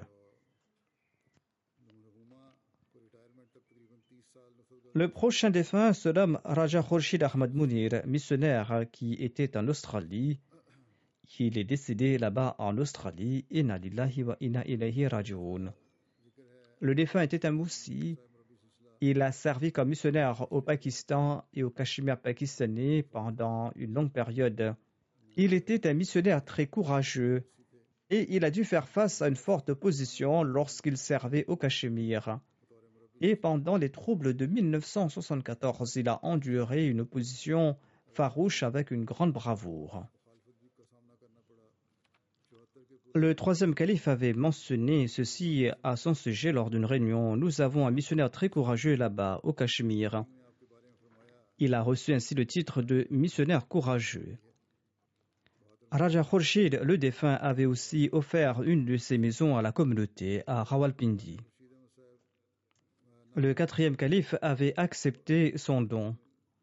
Le prochain défunt se nomme Raja Khurshid Ahmad Munir, missionnaire qui était en Australie. Il est décédé là-bas en Australie. Inna lillahi wa inna ilayhi raji'un. Le défunt était un moussi. Il a servi comme missionnaire au Pakistan et au Cachemire pakistanais pendant une longue période. Il était un missionnaire très courageux et il a dû faire face à une forte opposition lorsqu'il servait au Cachemire. Et pendant les troubles de mille neuf cent soixante-quatorze, il a enduré une opposition farouche avec une grande bravoure. Le troisième calife avait mentionné ceci à son sujet lors d'une réunion. Nous avons un missionnaire très courageux là-bas, au Cachemire. Il a reçu ainsi le titre de missionnaire courageux. Raja Khurshid, le défunt, avait aussi offert une de ses maisons à la communauté à Rawalpindi. Le quatrième calife avait accepté son don.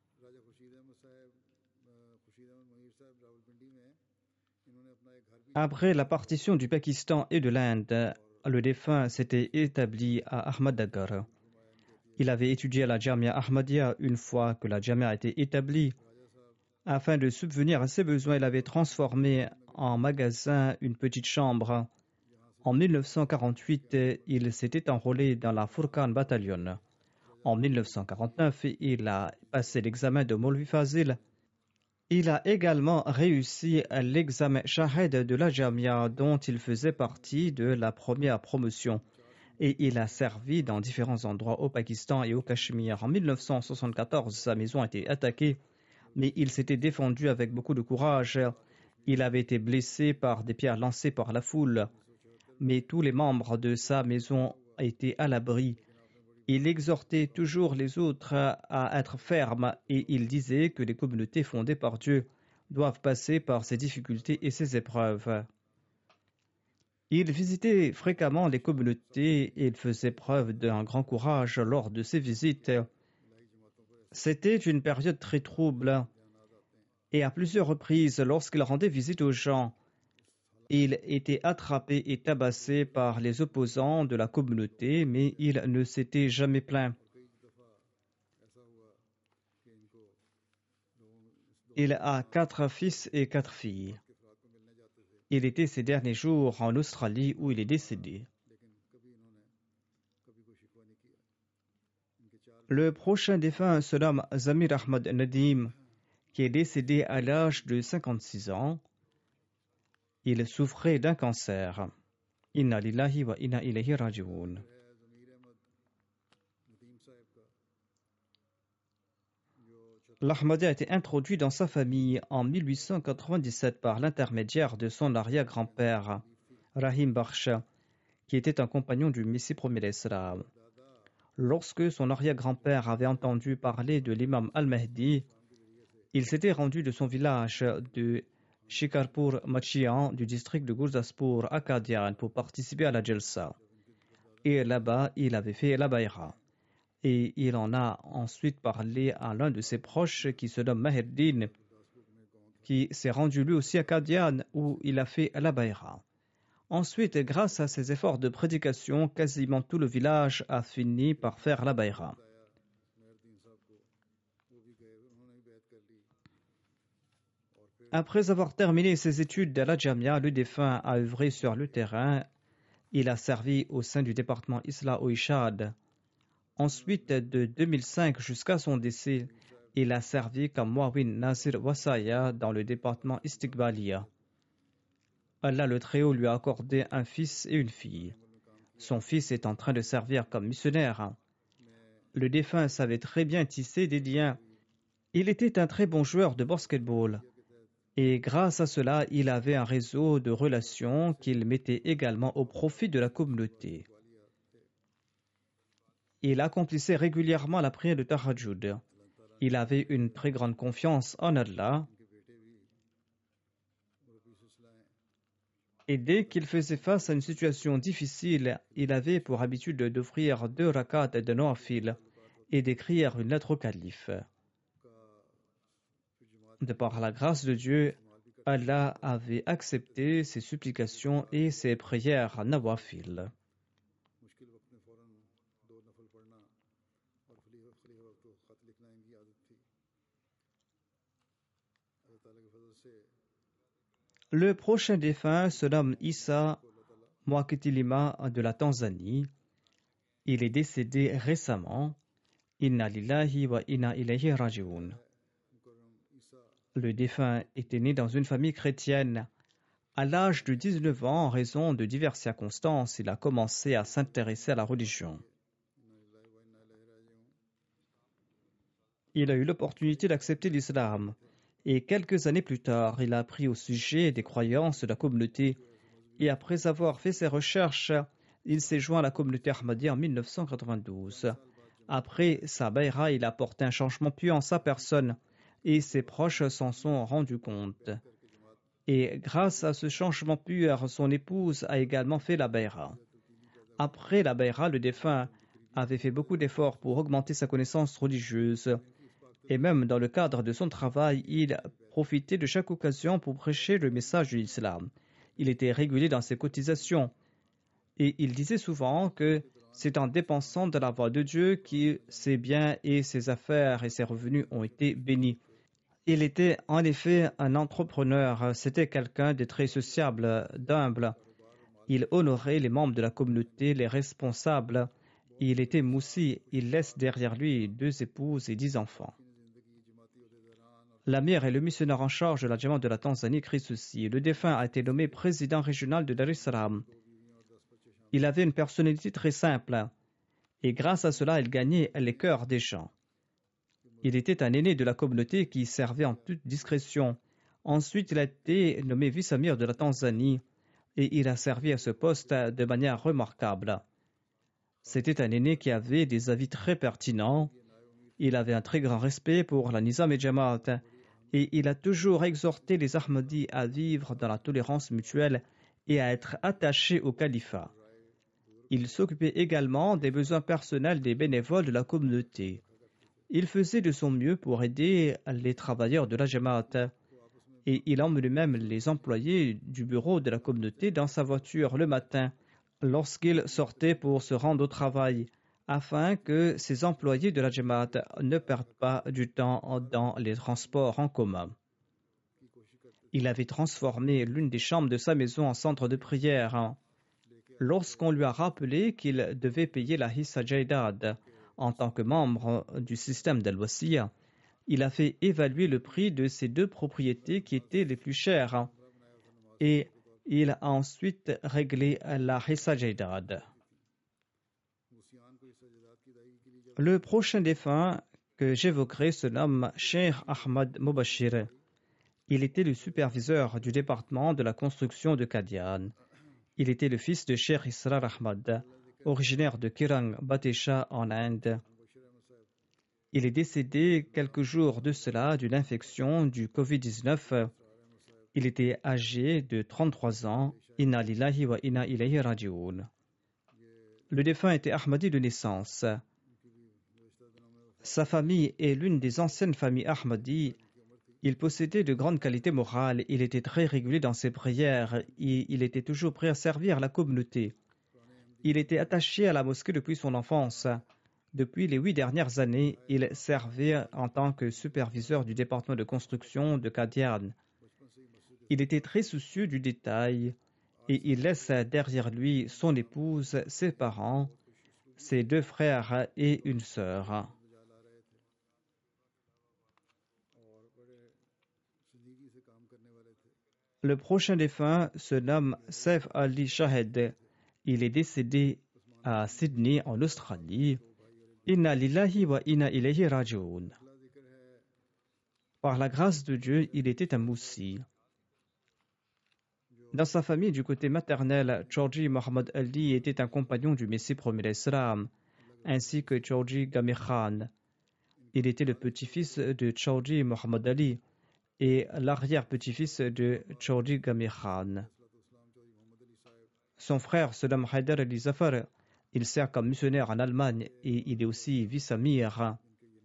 Après la partition du Pakistan et de l'Inde, le défunt s'était établi à Ahmadnagar. Il avait étudié à la Jamia Ahmadiyya une fois que la Jamia a été établie. Afin de subvenir à ses besoins, il avait transformé en magasin une petite chambre. En mille neuf cent quarante-huit, il s'était enrôlé dans la Furqan Battalion. En mille neuf cent quarante-neuf, il a passé l'examen de Maulvi Fazil. Il a également réussi l'examen Shahed de la Jamia dont il faisait partie de la première promotion. Et il a servi dans différents endroits au Pakistan et au Cachemire. En mille neuf cent soixante-quatorze, sa maison a été attaquée, mais il s'était défendu avec beaucoup de courage. Il avait été blessé par des pierres lancées par la foule, mais tous les membres de sa maison étaient à l'abri. Il exhortait toujours les autres à être fermes et il disait que les communautés fondées par Dieu doivent passer par ces difficultés et ces épreuves. Il visitait fréquemment les communautés et il faisait preuve d'un grand courage lors de ses visites. C'était une période très trouble et à plusieurs reprises, lorsqu'il rendait visite aux gens, il était attrapé et tabassé par les opposants de la communauté, mais il ne s'était jamais plaint. Il a quatre fils et quatre filles. Il était ces derniers jours en Australie où il est décédé. Le prochain défunt se nomme Zamir Ahmad Nadim, qui est décédé à l'âge de cinquante-six ans. Il souffrait d'un cancer. Inna lillahi wa inna ilayhi raji'un. L'Ahmadiyya a été introduit dans sa famille en mille huit cent quatre-vingt-dix-sept par l'intermédiaire de son arrière-grand-père, Rahim Bakhsh, qui était un compagnon du Messie premier d'Islam. Lorsque son arrière-grand-père avait entendu parler de l'imam al-Mahdi, il s'était rendu de son village de Shikarpur Machian du district de Gurdaspur à Qadian pour participer à la Jalsa. Et là-bas, il avait fait la Bayra. Et il en a ensuite parlé à l'un de ses proches qui se nomme Mahirdin, qui s'est rendu lui aussi à Qadian où il a fait la Bayra. Ensuite, grâce à ses efforts de prédication, quasiment tout le village a fini par faire la Bayra. Après avoir terminé ses études à la Jamia, le défunt a œuvré sur le terrain. Il a servi au sein du département Islah au Ishad. Ensuite, de deux mille cinq jusqu'à son décès, il a servi comme Muawin Nasir Wasaya dans le département Istiqbaliya. Allah le Très-Haut lui a accordé un fils et une fille. Son fils est en train de servir comme missionnaire. Le défunt savait très bien tisser des liens. Il était un très bon joueur de basketball. Et grâce à cela, il avait un réseau de relations qu'il mettait également au profit de la communauté. Il accomplissait régulièrement la prière de Tahajjud. Il avait une très grande confiance en Allah. Et dès qu'il faisait face à une situation difficile, il avait pour habitude d'offrir deux rakats de nawafil et d'écrire une lettre au calife. De par la grâce de Dieu, Allah avait accepté ses supplications et ses prières nawafil. Le prochain défunt se nomme Issa Mwakitilima de la Tanzanie. Il est décédé récemment. Inna lillahi wa inna ilayhi raji'un. Le défunt était né dans une famille chrétienne. À l'âge de dix-neuf ans, en raison de diverses circonstances, il a commencé à s'intéresser à la religion. Il a eu l'opportunité d'accepter l'islam. Et quelques années plus tard, il a appris au sujet des croyances de la communauté. Et après avoir fait ses recherches, il s'est joint à la communauté Ahmadiyya en mille neuf cent quatre-vingt-douze. Après sa bayra, il a apporté un changement pieux en sa personne et ses proches s'en sont rendus compte. Et grâce à ce changement pur, son épouse a également fait la bayra. Après la bayra, le défunt avait fait beaucoup d'efforts pour augmenter sa connaissance religieuse. Et même dans le cadre de son travail, il profitait de chaque occasion pour prêcher le message de l'islam. Il était régulier dans ses cotisations. Et il disait souvent que c'est en dépensant de la voie de Dieu que ses biens et ses affaires et ses revenus ont été bénis. Il était en effet un entrepreneur. C'était quelqu'un de très sociable, d'humble. Il honorait les membres de la communauté, les responsables. Il était moussi. Il laisse derrière lui deux épouses et dix enfants. L'amir et le missionnaire en charge de la Jamaat de la Tanzanie écrit ceci. Le défunt a été nommé président régional de Dar es Salaam. Il avait une personnalité très simple et grâce à cela, il gagnait les cœurs des gens. Il était un aîné de la communauté qui servait en toute discrétion. Ensuite, il a été nommé vice-amir de la Tanzanie et il a servi à ce poste de manière remarquable. C'était un aîné qui avait des avis très pertinents. Il avait un très grand respect pour la Nizam et Jamaat et il a toujours exhorté les Ahmadis à vivre dans la tolérance mutuelle et à être attachés au califat. Il s'occupait également des besoins personnels des bénévoles de la communauté. Il faisait de son mieux pour aider les travailleurs de la Jamaat et il emmenait même les employés du bureau de la communauté dans sa voiture le matin lorsqu'il sortait pour se rendre au travail afin que ces employés de la Jamaat ne perdent pas du temps dans les transports en commun. Il avait transformé l'une des chambres de sa maison en centre de prière. Lorsqu'on lui a rappelé qu'il devait payer la Hissa Jaidad en tant que membre du système d'Al-Wasiya, il a fait évaluer le prix de ces deux propriétés qui étaient les plus chères et il a ensuite réglé la Hissa Jaidad. Le prochain défunt que j'évoquerai se nomme Cheikh Ahmad Mubashir. Il était le superviseur du département de la construction de Qadian. Il était le fils de Sheikh Israr Ahmad, originaire de Kirang Batesha en Inde. Il est décédé quelques jours de cela d'une infection du covid dix-neuf. Il était âgé de trente-trois ans. Inna lillahi wa inna ilayhi raji'un. Le défunt était Ahmadi de naissance. Sa famille est l'une des anciennes familles Ahmadi. Il possédait de grandes qualités morales. Il était très régulier dans ses prières et il était toujours prêt à servir la communauté. Il était attaché à la mosquée depuis son enfance. Depuis les huit dernières années, il servait en tant que superviseur du département de construction de Qadian. Il était très soucieux du détail et il laisse derrière lui son épouse, ses parents, ses deux frères et une sœur. Le prochain défunt se nomme Saif Ali Shahed. Il est décédé à Sydney, en Australie. Inna lillahi wa inna ilayhi raji'un. Par la grâce de Dieu, il était un moussi. Dans sa famille, du côté maternel, Chowdhury Mohammad Ali était un compagnon du Messie premier l'Islam, ainsi que Chowdhury Gamir Khan. Il était le petit-fils de Chowdhury Mohammad Ali et l'arrière-petit-fils de Chowdhury Gamir Khan. Son frère se nomme Haidar Ali Zafar. Il sert comme missionnaire en Allemagne et il est aussi vice-amir.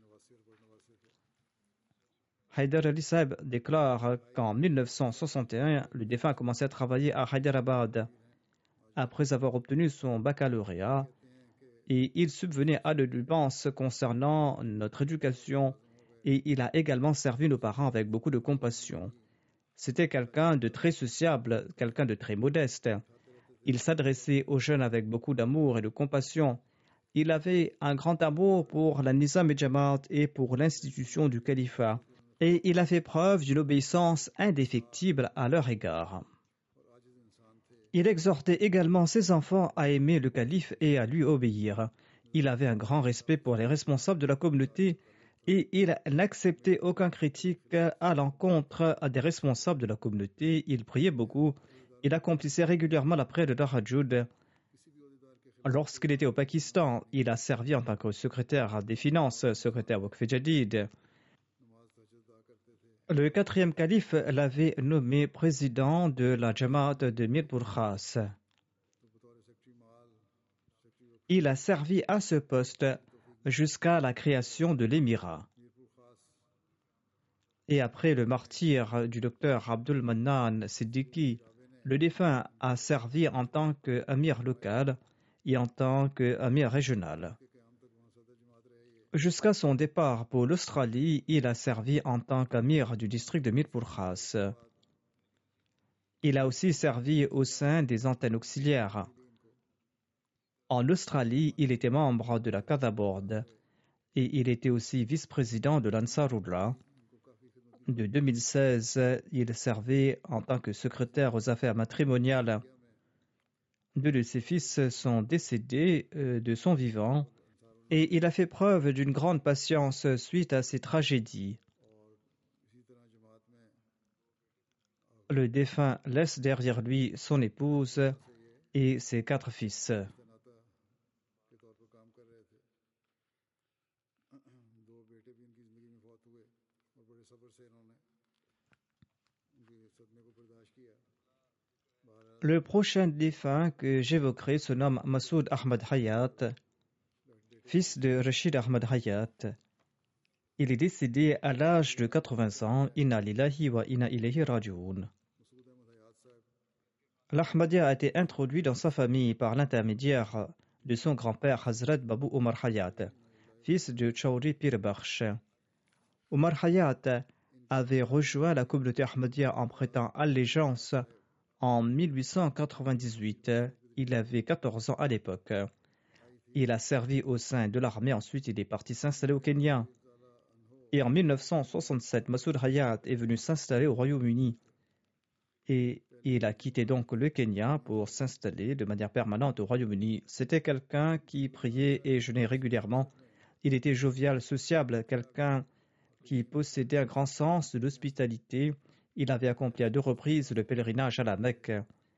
Haidar Ali Saib déclare qu'en mille neuf cent soixante et un, le défunt a commencé à travailler à Hyderabad. Après avoir obtenu son baccalauréat, et il subvenait à de dépenses concernant notre éducation et il a également servi nos parents avec beaucoup de compassion. C'était quelqu'un de très sociable, quelqu'un de très modeste. Il s'adressait aux jeunes avec beaucoup d'amour et de compassion. Il avait un grand amour pour la Nizam et Jamaat et pour l'institution du califat. Et il a fait preuve d'une obéissance indéfectible à leur égard. Il exhortait également ses enfants à aimer le calife et à lui obéir. Il avait un grand respect pour les responsables de la communauté et il n'acceptait aucun critique à l'encontre des responsables de la communauté. Il priait beaucoup. Il accomplissait régulièrement la prière de Tahajjud. Lorsqu'il était au Pakistan, il a servi en tant que secrétaire des finances, secrétaire Waqf Jadid. Le quatrième calife l'avait nommé président de la Jamaat de Mirpur Khas. Il a servi à ce poste jusqu'à la création de l'émirat. Et après le martyre du docteur Abdul Mannan Siddiqui, le défunt a servi en tant qu'amir local et en tant qu'amir régional. Jusqu'à son départ pour l'Australie, il a servi en tant qu'amir du district de Mirpur Khas. Il a aussi servi au sein des antennes auxiliaires. En Australie, il était membre de la Qadha Board et il était aussi vice-président de l'Ansarullah. De deux mille seize, il servait en tant que secrétaire aux affaires matrimoniales. Deux de ses fils sont décédés de son vivant et il a fait preuve d'une grande patience suite à ces tragédies. Le défunt laisse derrière lui son épouse et ses quatre fils. Le prochain défunt que j'évoquerai se nomme Masoud Ahmad Hayat, fils de Rashid Ahmad Hayat. Il est décédé à l'âge de quatre-vingts ans. Inna lillahi wa inna ilayhi raji'un. L'Ahmadiyya a été introduit dans sa famille par l'intermédiaire de son grand-père Hazrat Babu Omar Hayat, fils de Chowdhury Pir Bakhsh. Omar Hayat avait rejoint la communauté Ahmadiyya en prêtant allégeance en mille huit cent quatre-vingt-dix-huit. Il avait quatorze ans à l'époque. Il a servi au sein de l'armée. Ensuite, il est parti s'installer au Kenya. Et en mille neuf cent soixante-sept, Masoud Hayat est venu s'installer au Royaume-Uni. Et il a quitté donc le Kenya pour s'installer de manière permanente au Royaume-Uni. C'était quelqu'un qui priait et jeûnait régulièrement. Il était jovial, sociable, quelqu'un qui possédait un grand sens de l'hospitalité. Il avait accompli à deux reprises le pèlerinage à la Mecque.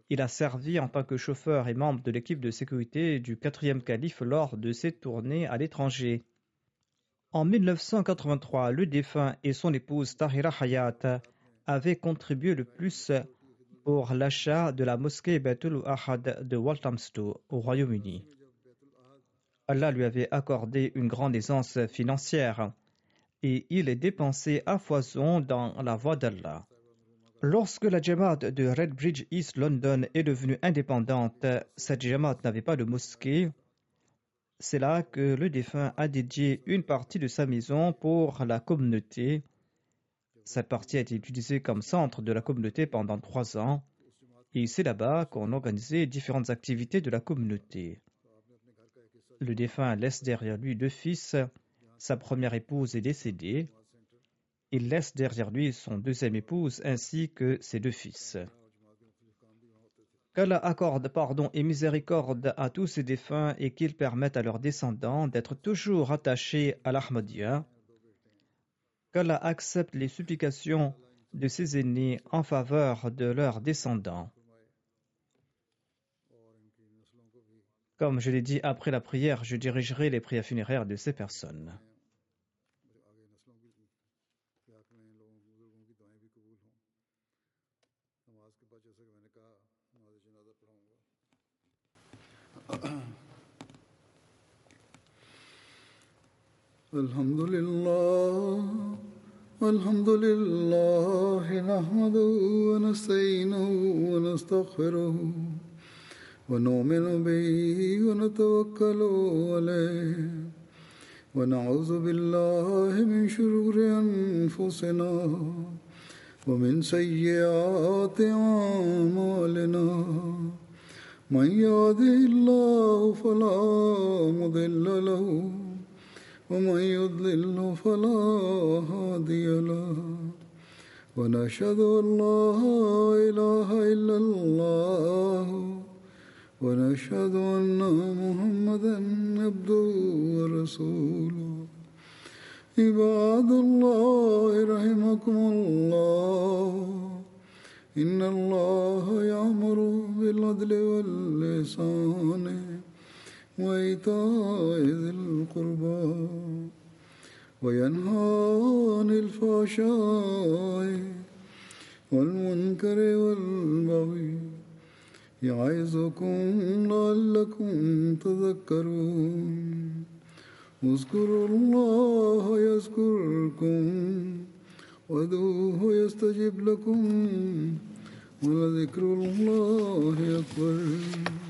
Il a servi en tant que chauffeur et membre de l'équipe de sécurité du quatrième calife lors de ses tournées à l'étranger. En mille neuf cent quatre-vingt-trois, le défunt et son épouse Tahira Hayat avaient contribué le plus pour l'achat de la mosquée Baitul Ahad de Walthamstow au Royaume-Uni. Allah lui avait accordé une grande aisance financière et il est dépensé à foison dans la voie d'Allah. Lorsque la Jamaat de Redbridge East London est devenue indépendante, cette Jamaat n'avait pas de mosquée. C'est là que le défunt a dédié une partie de sa maison pour la communauté. Cette partie a été utilisée comme centre de la communauté pendant trois ans et c'est là-bas qu'on organisait différentes activités de la communauté. Le défunt laisse derrière lui deux fils. Sa première épouse est décédée. Il laisse derrière lui son deuxième épouse ainsi que ses deux fils. Qu'Allah accorde pardon et miséricorde à tous ces défunts et qu'il permette à leurs descendants d'être toujours attachés à l'Ahmadiyya. Qu'Allah accepte les supplications de ses aînés en faveur de leurs descendants. Comme je l'ai dit, après la prière, je dirigerai les prières funéraires de ces personnes. Alhamdulillah, alhamdulillah, nahmaduhu wa nasta'inuhu wa nastaghfiruhu wa nu'minu bihi wa natawakkalu alayhi wa na'udhu billahi min shururi anfusina wa min sayyiati a'malina. Man yahdihillahu fala mudilla lahu ومن يضلل فلا هادي له ونشهد أن لا إله إلا الله ونشهد أن محمدا عبده ورسوله عباد الله رحمكم الله إن الله يأمر بالعدل والإحسان وإيتاء ذي القربى وينهى عن الفحشاء والمنكر والبغي يعظكم لعلكم تذكرون اذكروا الله يذكركم وادعوه يستجب لكم ولذكر الله أكبر.